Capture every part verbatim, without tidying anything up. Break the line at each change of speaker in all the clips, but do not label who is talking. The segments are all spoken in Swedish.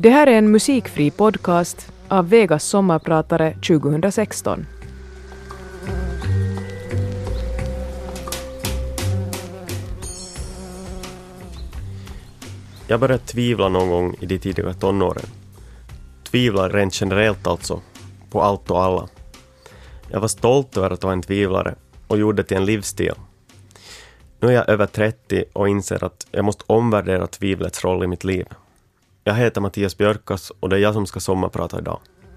Det här är en musikfri podcast av Vegas sommarpratare tjugohundrasexton.
Jag började tvivla någon gång i de tidiga tonåren. Tvivla rent generellt alltså, på allt och alla. Jag var stolt över att vara en tvivlare och gjorde det till en livsstil. Nu är jag över trettio och inser att jag måste omvärdera tvivlets roll i mitt liv. Jag heter Mattias Björkas och det är jag som ska sommarprata idag.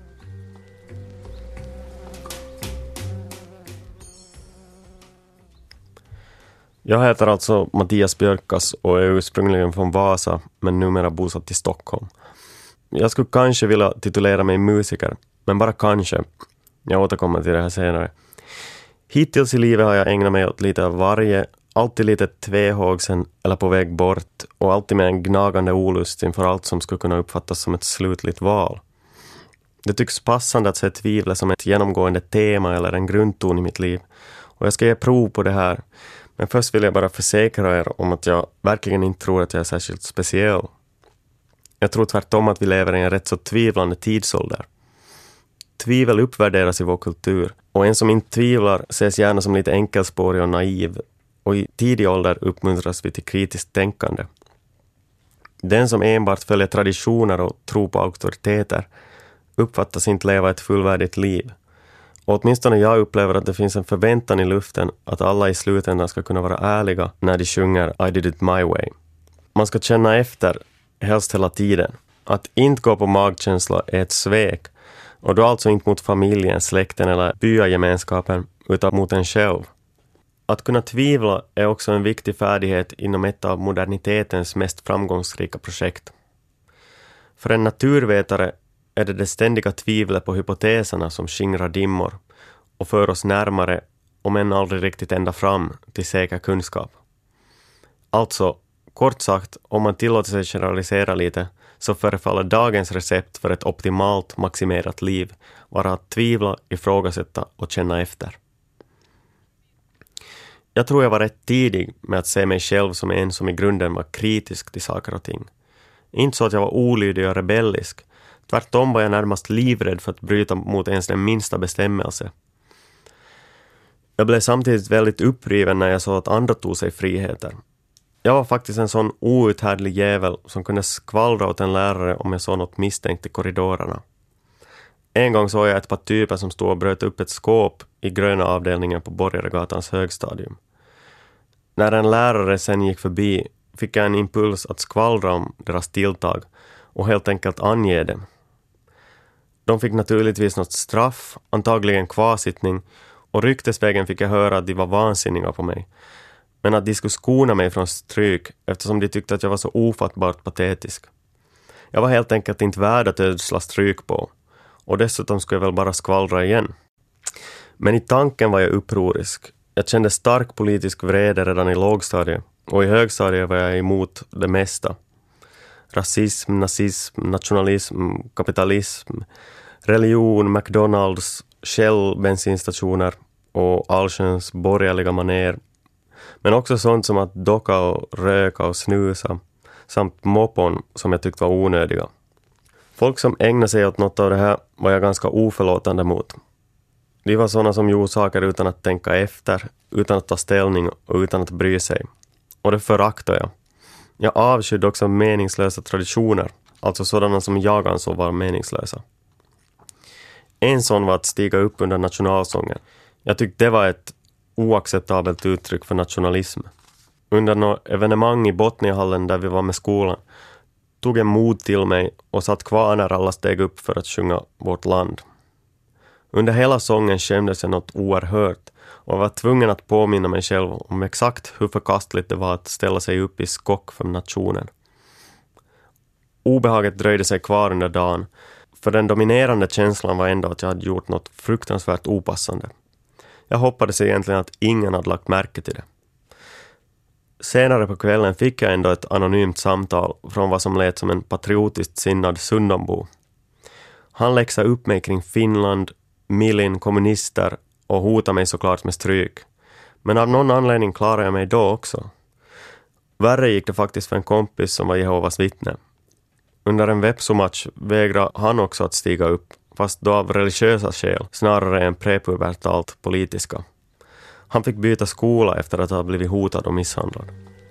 Jag heter alltså Mattias Björkas och är ursprungligen från Vasa men numera bosatt i Stockholm. Jag skulle kanske vilja titulera mig musiker, men bara kanske. Jag återkommer till det här senare. Hittills i livet har jag ägnat mig åt lite av varje, alltid lite tvehågsen eller på väg bort och alltid med en gnagande olust inför allt som skulle kunna uppfattas som ett slutligt val. Det tycks passande att se tvivlet som ett genomgående tema eller en grundton i mitt liv och jag ska ge prov på det här. Men först vill jag bara försäkra er om att jag verkligen inte tror att jag är särskilt speciell. Jag tror tvärtom att vi lever i en rätt så tvivlande tidsålder. Tvivel uppvärderas i vår kultur och en som inte tvivlar ses gärna som lite enkelspårig och naiv och i tidig ålder uppmuntras vi till kritiskt tänkande. Den som enbart följer traditioner och tror på auktoriteter uppfattas inte leva ett fullvärdigt liv. Och åtminstone jag upplever att det finns en förväntan i luften att alla i slutändan ska kunna vara ärliga när de sjunger I did it my way. Man ska känna efter, helst hela tiden. Att inte gå på magkänsla är ett svek. Och då alltså inte mot familjen, släkten eller byagemenskapen utan mot en själv. Att kunna tvivla är också en viktig färdighet inom ett av modernitetens mest framgångsrika projekt. För en naturvetare är det det ständiga tvivlet på hypoteserna som skingrar dimmor och för oss närmare, om än aldrig riktigt ända fram, till säker kunskap. Alltså, kort sagt, om man tillåter sig generalisera lite så förefaller dagens recept för ett optimalt maximerat liv vara att tvivla, ifrågasätta och känna efter. Jag tror jag var rätt tidig med att se mig själv som en som i grunden var kritisk till saker och ting. Inte så att jag var olydig och rebellisk. Tvärtom var jag närmast livrädd för att bryta mot ens den minsta bestämmelse. Jag blev samtidigt väldigt uppriven när jag såg att andra tog sig friheter. Jag var faktiskt en sån outhärdlig jävel som kunde skvallra åt en lärare om jag såg något misstänkt i korridorerna. En gång såg jag ett par typer som stod och bröt upp ett skåp i gröna avdelningen på Borgaregatans högstadium. När en lärare sen gick förbi fick jag en impuls att skvallra om deras tilltag och helt enkelt ange dem. De fick naturligtvis något straff, antagligen kvarsittning, och ryktesvägen fick jag höra att de var vansinniga på mig. Men att de skulle skona mig från stryk eftersom de tyckte att jag var så ofattbart patetisk. Jag var helt enkelt inte värd att ödsla stryk på. Och dessutom skulle jag väl bara skvallra igen. Men i tanken var jag upprorisk. Jag kände stark politisk vrede redan i lågstadiet. Och i högstadiet var jag emot det mesta. Rasism, nazism, nationalism, kapitalism, religion, McDonalds, Shell bensinstationer och allsköns borgerliga maner. Men också sånt som att docka och röka och snusa samt moppon som jag tyckte var onödiga. Folk som ägnade sig åt något av det här var jag ganska oförlåtande mot. De var sådana som gjorde saker utan att tänka efter, utan att ta ställning och utan att bry sig. Och det föraktade jag. Jag avskydde också meningslösa traditioner, alltså sådana som jag ansåg var meningslösa. En sån var att stiga upp under nationalsången. Jag tyckte det var ett oacceptabelt uttryck för nationalism. Under något evenemang i Botniahallen där vi var med skolan tog en mod till mig och satt kvar när alla steg upp för att sjunga vårt land. Under hela sången kändes jag något oerhört och var tvungen att påminna mig själv om exakt hur förkastligt det var att ställa sig upp i skock för nationen. Obehaget dröjde sig kvar under dagen, för den dominerande känslan var ändå att jag hade gjort något fruktansvärt opassande. Jag hoppades egentligen att ingen hade lagt märke till det. Senare på kvällen fick jag ändå ett anonymt samtal från vad som lät som en patriotiskt sinnad Sundambo. Han läxade upp mig kring Finland, Milin, kommunister och hotade mig såklart med stryk. Men av någon anledning klarade jag mig då också. Värre gick det faktiskt för en kompis som var Jehovas vittne. Under en Vepsu-match vägrade han också att stiga upp, fast då av religiösa skäl, snarare än prepubertalt politiska. Han fick byta skola efter att ha blivit hotad och misshandlad.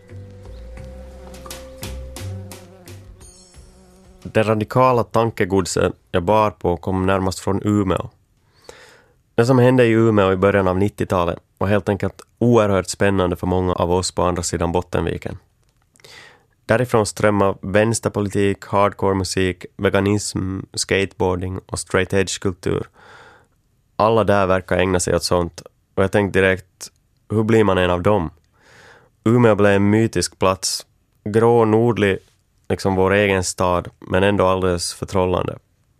Det radikala tankegodset jag bar på kom närmast från Umeå. Det som hände i Umeå i början av nittiotalet var helt enkelt oerhört spännande för många av oss på andra sidan Bottenviken. Därifrån strömmar vänsterpolitik, hardcore-musik, veganism, skateboarding och straight edge-kultur. Alla där verkar ägna sig åt sånt, och jag tänkte direkt, hur blir man en av dem? Umeå blev en mytisk plats, grå nordlig, liksom vår egen stad, men ändå alldeles förtrollande.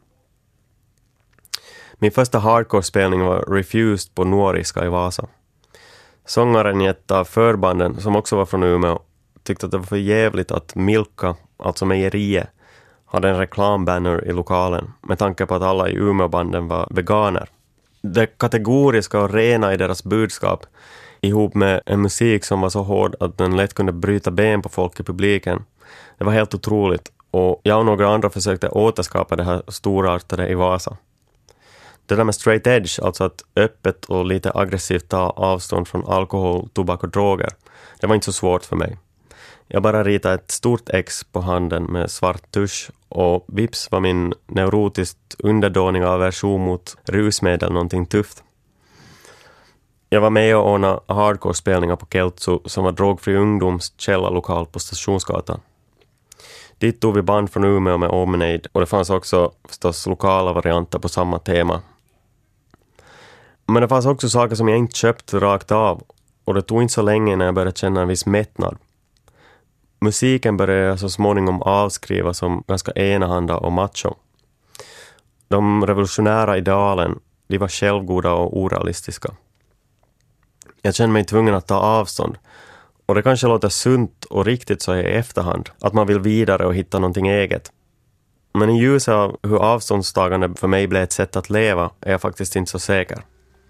Min första hardcore-spelning var Refused på Nuoriska i Vasa. Sångaren i ett av förbanden, som också var från Umeå, tyckte att det var för jävligt att Milka, alltså mejeriet, hade en reklambanner i lokalen med tanke på att alla i Umeå-banden var veganer. Det kategoriska och rena i deras budskap, ihop med en musik som var så hård att den lätt kunde bryta ben på folk i publiken, det var helt otroligt, och jag och några andra försökte återskapa det här storartade i Vasa. Det där med straight edge, alltså att öppet och lite aggressivt ta avstånd från alkohol, tobak och droger, det var inte så svårt för mig. Jag bara ritade ett stort X på handen med svart tusch, och vips var min neurotiskt underdåniga aversion mot rusmedel någonting tufft. Jag var med och ordnade hardcore-spelningar på Keltsu, som var drogfri ungdoms källarlokal på Stationsgatan. Dit tog vi band från Umeå med Omenade, och det fanns också förstås lokala varianter på samma tema. Men det fanns också saker som jag inte köpt rakt av, och det tog inte så länge när jag började känna en viss mättnad. Musiken började så småningom avskrivas som ganska enahanda och macho. De revolutionära idealen, de var självgoda och orealistiska. Jag kände mig tvungen att ta avstånd, och det kanske låter sunt och riktigt så i efterhand, att man vill vidare och hitta någonting eget. Men i ljuset av hur avståndstagande för mig blev ett sätt att leva är jag faktiskt inte så säker.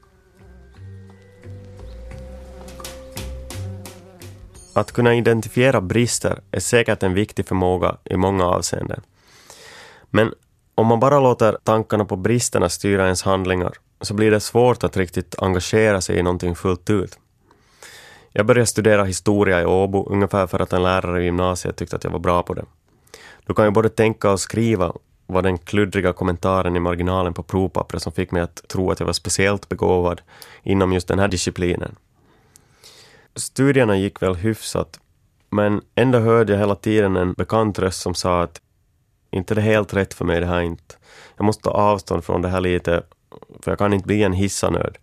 Att kunna identifiera brister är säkert en viktig förmåga i många avseenden. Men om man bara låter tankarna på bristerna styra ens handlingar, så blir det svårt att riktigt engagera sig i någonting fullt ut. Jag började studera historia i Åbo ungefär för att en lärare i gymnasiet tyckte att jag var bra på det. Du kan ju både tänka och skriva, var den kluddriga kommentaren i marginalen på provpappret som fick mig att tro att jag var speciellt begåvad inom just den här disciplinen. Studierna gick väl hyfsat, men ändå hörde jag hela tiden en bekant röst som sa att inte det är helt rätt för mig det här inte. Jag måste ta avstånd från det här lite, för jag kan inte bli en hissanöd.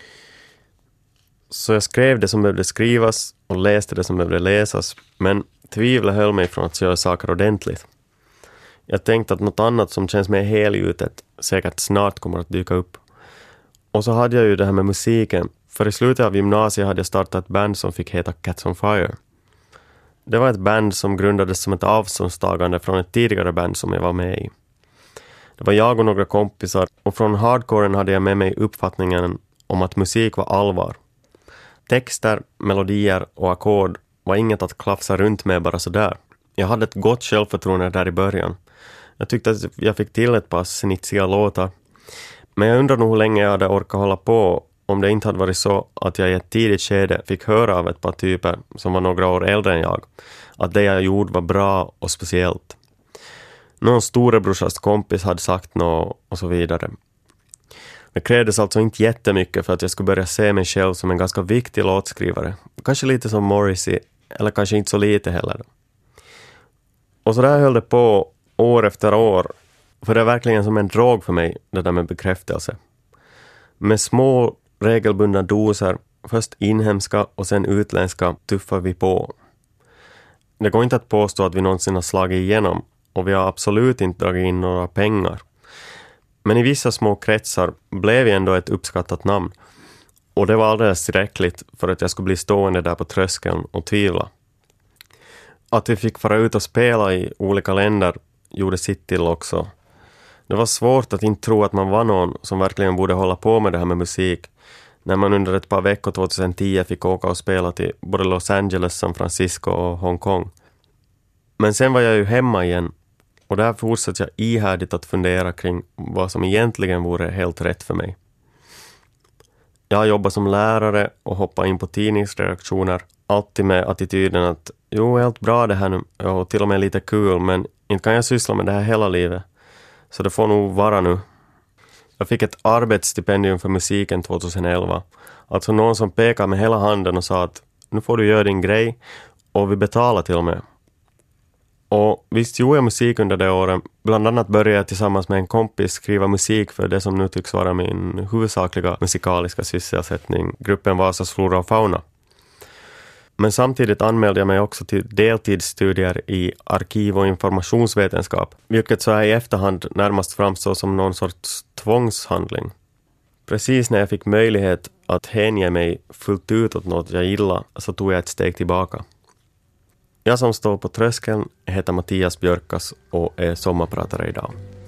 Så jag skrev det som behövde skrivas och läste det som behövde läsas, men tvivlet höll mig från att göra saker ordentligt. Jag tänkte att något annat som känns mer helgjutet säkert snart kommer att dyka upp. Och så hade jag ju det här med musiken, för i slutet av gymnasiet hade jag startat ett band som fick heta Cats on Fire. Det var ett band som grundades som ett avståndstagande från ett tidigare band som jag var med i. Det var jag och några kompisar, och från hardcoren hade jag med mig uppfattningen om att musik var allvar. Texter, melodier och ackord var inget att klafsa runt med bara sådär. Jag hade ett gott självförtroende där i början. Jag tyckte att jag fick till ett par snitsiga låtar. Men jag undrar nog hur länge jag hade orkat hålla på om det inte hade varit så att jag i ett tidigt skede fick höra av ett par typer som var några år äldre än jag att det jag gjorde var bra och speciellt. Någon storebrorsas kompis hade sagt något och så vidare. Det krävdes alltså inte jättemycket för att jag skulle börja se mig själv som en ganska viktig låtskrivare. Kanske lite som Morrissey, eller kanske inte så lite heller. Och så där höll det på år efter år, för det är verkligen som en drog för mig, det där med bekräftelse. Med små regelbundna doser, först inhemska och sen utländska, tuffar vi på. Det går inte att påstå att vi någonsin har slagit igenom, och vi har absolut inte dragit in några pengar. Men i vissa små kretsar blev vi ändå ett uppskattat namn, och det var alldeles tillräckligt för att jag skulle bli stående där på tröskeln och tvivla. Att vi fick fara ut och spela i olika länder gjorde sitt till också. Det var svårt att inte tro att man var någon som verkligen borde hålla på med det här med musik, när man under ett par veckor tjugohundratio fick åka och spela till både Los Angeles, San Francisco och Hongkong. Men sen var jag ju hemma igen, Och där fortsatte jag ihärdigt att fundera kring vad som egentligen vore helt rätt för mig. Jag har jobbat som lärare och hoppat in på tidningsredaktioner, alltid med attityden att jo, helt bra det här nu och till och med lite kul, men inte kan jag syssla med det här hela livet. Så det får nog vara nu. Jag fick ett arbetsstipendium för musiken tjugoelva. Alltså någon som pekade med hela handen och sa att nu får du göra din grej och vi betalar till och med. Och visst gjorde jag musik under det året. Bland annat började jag tillsammans med en kompis skriva musik för det som nu tycks vara min huvudsakliga musikaliska sysselsättning, gruppen Vasas Flora och Fauna. Men samtidigt anmälde jag mig också till deltidsstudier i arkiv- och informationsvetenskap, vilket så här i efterhand närmast framstår som någon sorts tvångshandling. Precis när jag fick möjlighet att hänge mig fullt ut åt något jag gillar så tog jag ett steg tillbaka. Jag som står på tröskeln heter Mattias Björkas och är sommarpratare idag.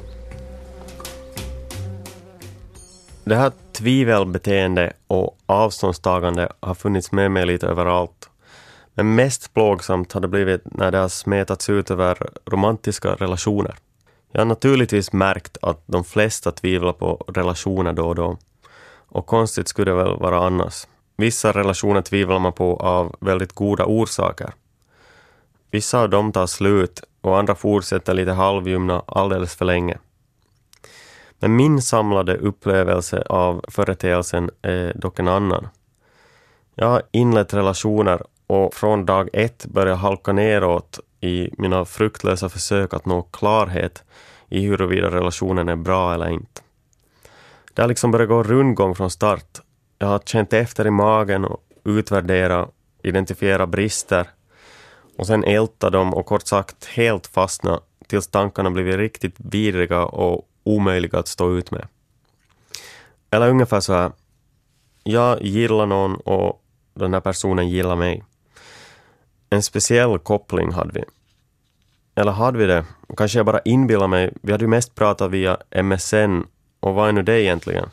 Det här tvivelbeteende och avståndstagande har funnits med mig lite överallt. Men mest plågsamt har det blivit när det har smetats ut över romantiska relationer. Jag har naturligtvis märkt att de flesta tvivlar på relationer då och då. Och konstigt skulle det väl vara annars. Vissa relationer tvivlar man på av väldigt goda orsaker. Vissa av dem tar slut och andra fortsätter lite halvjumna alldeles för länge. Men min samlade upplevelse av företeelsen är dock en annan. Jag har inlett relationer och från dag ett började halka neråt i mina fruktlösa försök att nå klarhet i huruvida relationen är bra eller inte. Det har liksom börjat gå rundgång från start. Jag har känt efter i magen och utvärdera, identifiera brister och sen älta dem och kort sagt helt fastna tills tankarna blivit riktigt vidriga och omöjliga att stå ut med. Eller ungefär så här. Jag gillar någon och den här personen gillar mig. En speciell koppling hade vi. Eller hade vi det? Kanske jag bara inbillar mig. Vi hade ju mest pratat via M S N. Och vad är nu det egentligen?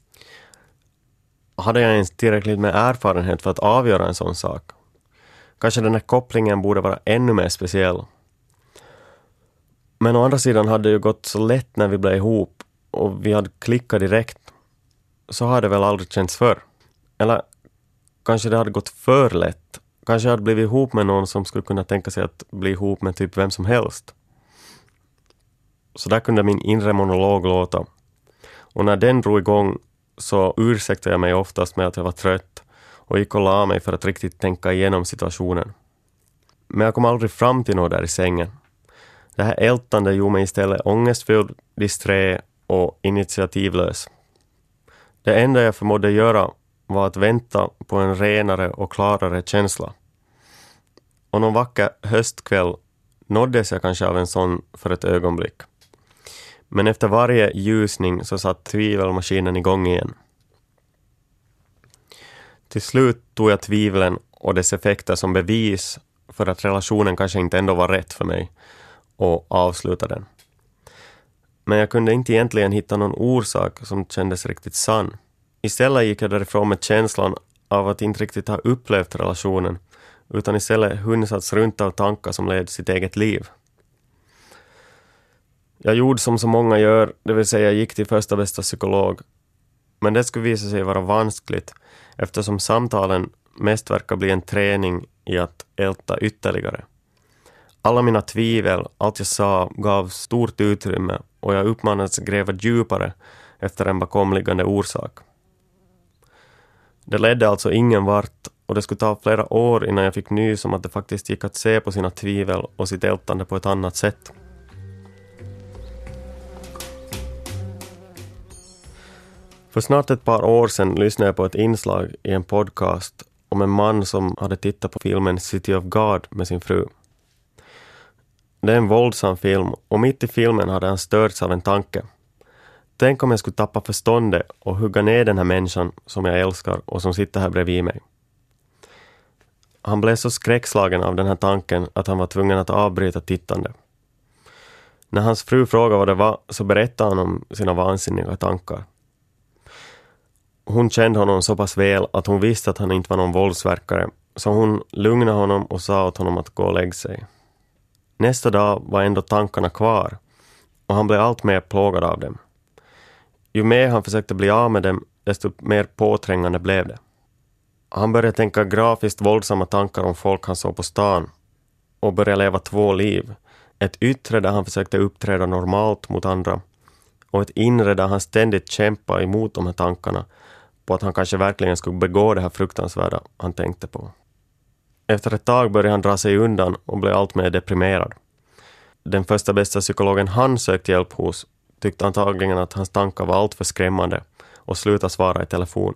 Hade jag ens tillräckligt med erfarenhet för att avgöra en sån sak? Kanske den här kopplingen borde vara ännu mer speciell. Men å andra sidan hade det ju gått så lätt när vi blev ihop och vi hade klickat direkt. Så hade det väl aldrig känts för. Eller kanske det hade gått för lätt. Kanske jag hade blivit ihop med någon som skulle kunna tänka sig att bli ihop med typ vem som helst. Så där kunde min inre monolog låta. Och när den drog igång så ursäktade jag mig oftast med att jag var trött och gick och la mig för att riktigt tänka igenom situationen. Men jag kom aldrig fram till något där i sängen. Det här ältande gjorde mig istället ångestfylld, disträ och initiativlös. Det enda jag förmådde göra var att vänta på en renare och klarare känsla. Och någon vacker höstkväll nåddes jag kanske av en sån för ett ögonblick. Men efter varje ljusning så satt tvivelmaskinen igång igen. Till slut tog jag tvivlen och dess effekter som bevis för att relationen kanske inte ändå var rätt för mig och avslutade den. Men jag kunde inte egentligen hitta någon orsak som kändes riktigt sann. Istället gick jag därifrån med känslan av att inte riktigt ha upplevt relationen utan istället hunsats runt av tankar som led sitt eget liv. Jag gjorde som så många gör, det vill säga gick till första bästa psykolog. Men det skulle visa sig vara vanskligt eftersom samtalen mest verkar bli en träning i att älta ytterligare. Alla mina tvivel, allt jag sa gav stort utrymme och jag uppmanades gräva djupare efter en bakomliggande orsak. Det ledde alltså ingen vart och det skulle ta flera år innan jag fick nys om att det faktiskt gick att se på sina tvivel och sitt ältande på ett annat sätt. För snart ett par år sedan lyssnade jag på ett inslag i en podcast om en man som hade tittat på filmen City of God med sin fru. Det är en våldsam film och mitt i filmen hade han störts av en tanke. Tänk om jag skulle tappa förståndet och hugga ner den här människan som jag älskar och som sitter här bredvid mig. Han blev så skräckslagen av den här tanken att han var tvungen att avbryta tittande. När hans fru frågade vad det var så berättade han om sina vansinniga tankar. Hon kände honom så pass väl att hon visste att han inte var någon våldsverkare, så hon lugnade honom och sa åt honom att gå och lägga sig. Nästa dag var ändå tankarna kvar och han blev allt mer plågad av dem. Ju mer han försökte bli av med dem, desto mer påträngande blev det. Han började tänka grafiskt våldsamma tankar om folk han såg på stan och började leva två liv. Ett yttre där han försökte uppträda normalt mot andra och ett inre där han ständigt kämpade emot de här tankarna på att han kanske verkligen skulle begå det här fruktansvärda han tänkte på. Efter ett tag började han dra sig undan och blev allt mer deprimerad. Den första bästa psykologen han sökte hjälp hos tyckte antagligen att hans tankar var allt för skrämmande och slutade svara i telefon.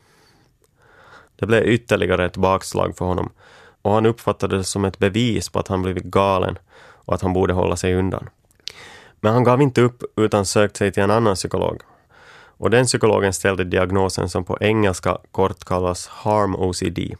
Det blev ytterligare ett bakslag för honom och han uppfattade det som ett bevis på att han blivit galen och att han borde hålla sig undan. Men han gav inte upp utan sökte sig till en annan psykolog. Och den psykologen ställde diagnosen som på engelska kort kallas harm O C D.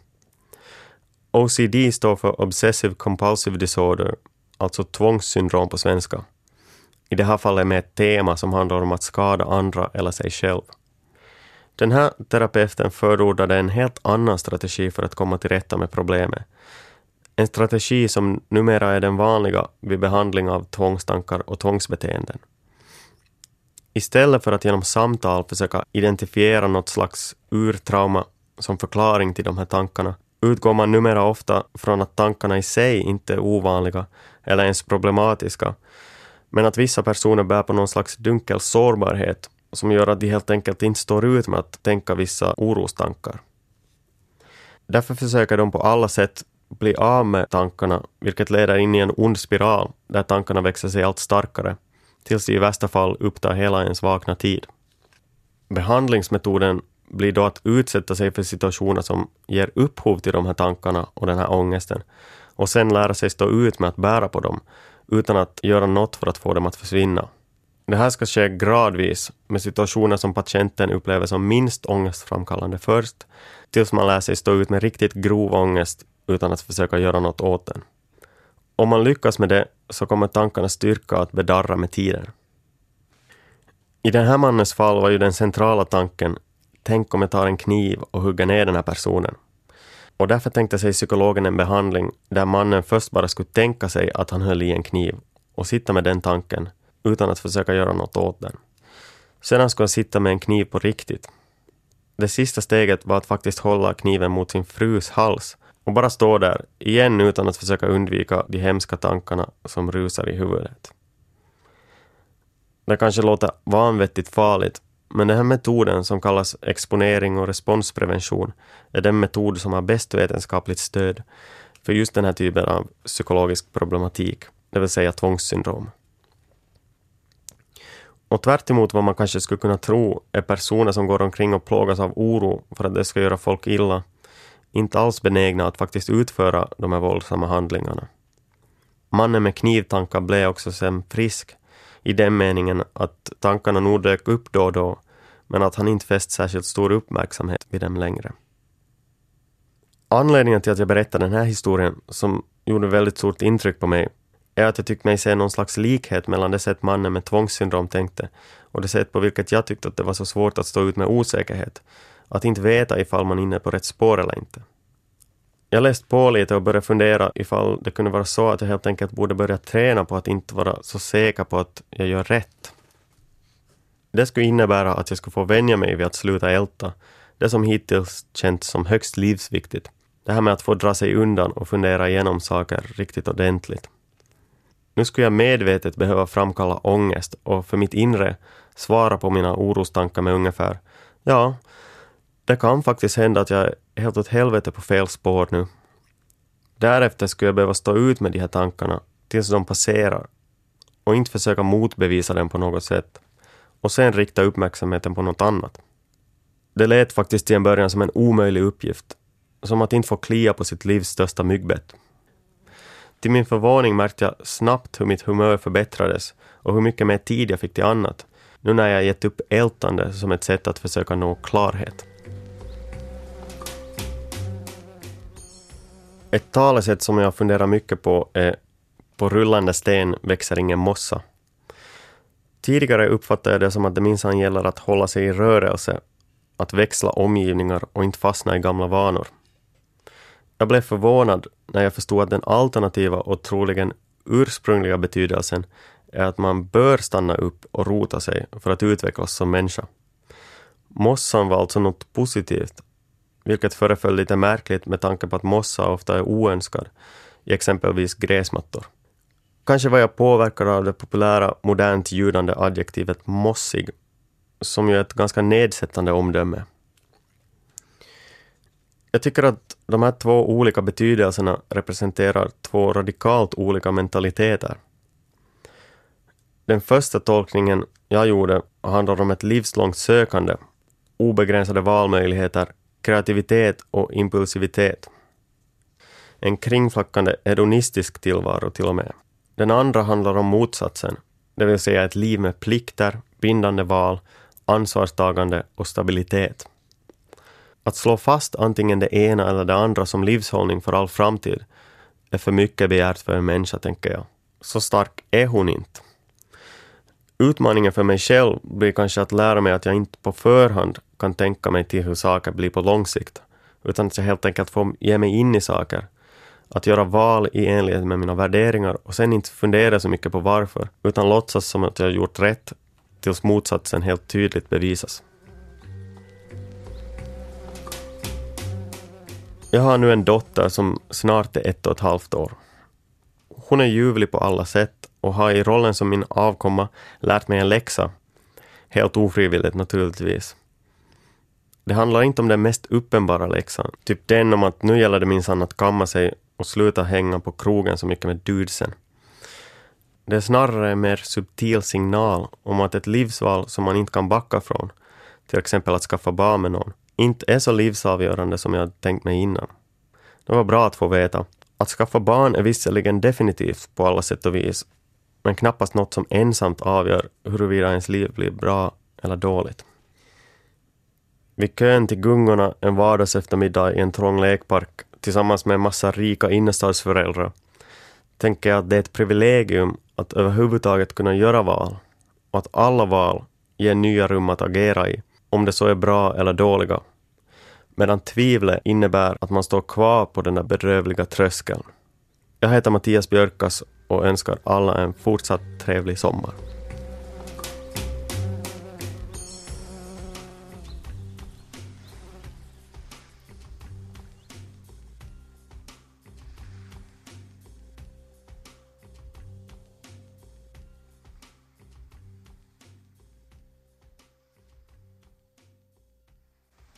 O C D står för Obsessive Compulsive Disorder, alltså tvångssyndrom på svenska. I det här fallet med ett tema som handlar om att skada andra eller sig själv. Den här terapeuten förordade en helt annan strategi för att komma till rätta med problemet. En strategi som numera är den vanliga vid behandling av tvångstankar och tvångsbeteenden. Istället för att genom samtal försöka identifiera något slags urtrauma som förklaring till de här tankarna, utgår man numera ofta från att tankarna i sig inte är ovanliga eller ens problematiska, men att vissa personer bär på någon slags dunkel sårbarhet som gör att de helt enkelt inte står ut med att tänka vissa orostankar. Därför försöker de på alla sätt bli av med tankarna, vilket leder in i en ond spiral där tankarna växer sig allt starkare, tills de i värsta fall upptar hela ens vakna tid. Behandlingsmetoden blir då att utsätta sig för situationer som ger upphov till de här tankarna och den här ångesten, och sen lära sig stå ut med att bära på dem, utan att göra något för att få dem att försvinna. Det här ska ske gradvis med situationer som patienten upplever som minst ångestframkallande först, tills man lär sig stå ut med riktigt grov ångest utan att försöka göra något åt den. Om man lyckas med det så kommer tankarnas styrka att bedarra med tiden. I den här mannens fall var ju den centrala tanken: tänk om jag tar en kniv och hugger ner den här personen. Och därför tänkte sig psykologen en behandling där mannen först bara skulle tänka sig att han höll i en kniv och sitta med den tanken utan att försöka göra något åt den. Sedan skulle han sitta med en kniv på riktigt. Det sista steget var att faktiskt hålla kniven mot sin frus hals och bara stå där igen utan att försöka undvika de hemska tankarna som rusar i huvudet. Det kanske låter vanvettigt farligt, men den här metoden som kallas exponering och responsprevention är den metod som har bäst vetenskapligt stöd för just den här typen av psykologisk problematik, det vill säga tvångssyndrom. Och tvärt emot vad man kanske skulle kunna tro är personer som går omkring och plågas av oro för att det ska göra folk illa inte alls benägna att faktiskt utföra de här våldsamma handlingarna. Mannen med knivtankar blev också sen frisk i den meningen att tankarna nog dök upp då och då, men att han inte fäst särskilt stor uppmärksamhet vid dem längre. Anledningen till att jag berättar den här historien, som gjorde väldigt stort intryck på mig, är att jag tyckte mig se någon slags likhet mellan det sätt mannen med tvångssyndrom tänkte och det sätt på vilket jag tyckte att det var så svårt att stå ut med osäkerhet, att inte veta ifall man är inne på rätt spår eller inte. Jag läste på lite och började fundera ifall det kunde vara så att jag helt enkelt borde börja träna på att inte vara så säker på att jag gör rätt. Det skulle innebära att jag skulle få vänja mig vid att sluta älta, det som hittills känts som högst livsviktigt. Det här med att få dra sig undan och fundera igenom saker riktigt ordentligt. Nu skulle jag medvetet behöva framkalla ångest och för mitt inre svara på mina orostankar med ungefär: ja, det kan faktiskt hända att jag är helt åt helvete på fel spår nu. Därefter skulle jag behöva stå ut med de här tankarna tills de passerar och inte försöka motbevisa dem på något sätt och sen rikta uppmärksamheten på något annat. Det lät faktiskt till en början som en omöjlig uppgift, som att inte få klia på sitt livs största myggbett. Till min förvåning märkte jag snabbt hur mitt humör förbättrades och hur mycket mer tid jag fick till annat, nu när jag gett upp ältande som ett sätt att försöka nå klarhet. Ett talesätt som jag funderar mycket på är: på rullande sten växer ingen mossa. Tidigare uppfattade jag det som att det minsann gäller att hålla sig i rörelse, att växla omgivningar och inte fastna i gamla vanor. Jag blev förvånad när jag förstod att den alternativa och troligen ursprungliga betydelsen är att man bör stanna upp och rota sig för att utvecklas som människa. Mossan var alltså något positivt, vilket föreföll lite märkligt med tanke på att mossa ofta är oönskad i exempelvis gräsmattor. Kanske var jag påverkad av det populära modernt ljudande adjektivet mossig, som ju är ett ganska nedsättande omdöme. Jag tycker att de här två olika betydelserna representerar två radikalt olika mentaliteter. Den första tolkningen jag gjorde handlar om ett livslångt sökande, obegränsade valmöjligheter, kreativitet och impulsivitet. En kringflackande hedonistisk tillvaro till och med. Den andra handlar om motsatsen, det vill säga ett liv med plikter, bindande val, ansvarstagande och stabilitet. Att slå fast antingen det ena eller det andra som livshållning för all framtid är för mycket begärt för en människa, tänker jag. Så stark är hon inte. Utmaningen för mig själv blir kanske att lära mig att jag inte på förhand kan tänka mig till hur saker blir på lång sikt, utan att jag helt enkelt får ge mig in i saker. Att göra val i enlighet med mina värderingar och sen inte fundera så mycket på varför, utan låtsas som att jag har gjort rätt tills motsatsen helt tydligt bevisas. Jag har nu en dotter som snart är ett och ett halvt år. Hon är ljuvlig på alla sätt och har i rollen som min avkomma lärt mig en läxa. Helt ofrivilligt naturligtvis. Det handlar inte om den mest uppenbara läxan. Typ den om att nu gäller det minsann att kamma sig och sluta hänga på krogen så mycket med dudsen. Det är snarare en mer subtil signal om att ett livsval som man inte kan backa från, till exempel att skaffa barn med någon, inte är så livsavgörande som jag tänkt mig innan. Det var bra att få veta. Att skaffa barn är visserligen definitivt på alla sätt och vis, men knappast något som ensamt avgör huruvida ens liv blir bra eller dåligt. Vid kön till gungorna en vardags eftermiddag i en trång lekpark tillsammans med en massa rika innerstadsföräldrar tänker jag att det är ett privilegium att överhuvudtaget kunna göra val och att alla val ger nya rum att agera i, om det så är bra eller dåliga. Medan tvivlet innebär att man står kvar på den där bedrövliga tröskeln. Jag heter Mattias Björkas och önskar alla en fortsatt trevlig sommar.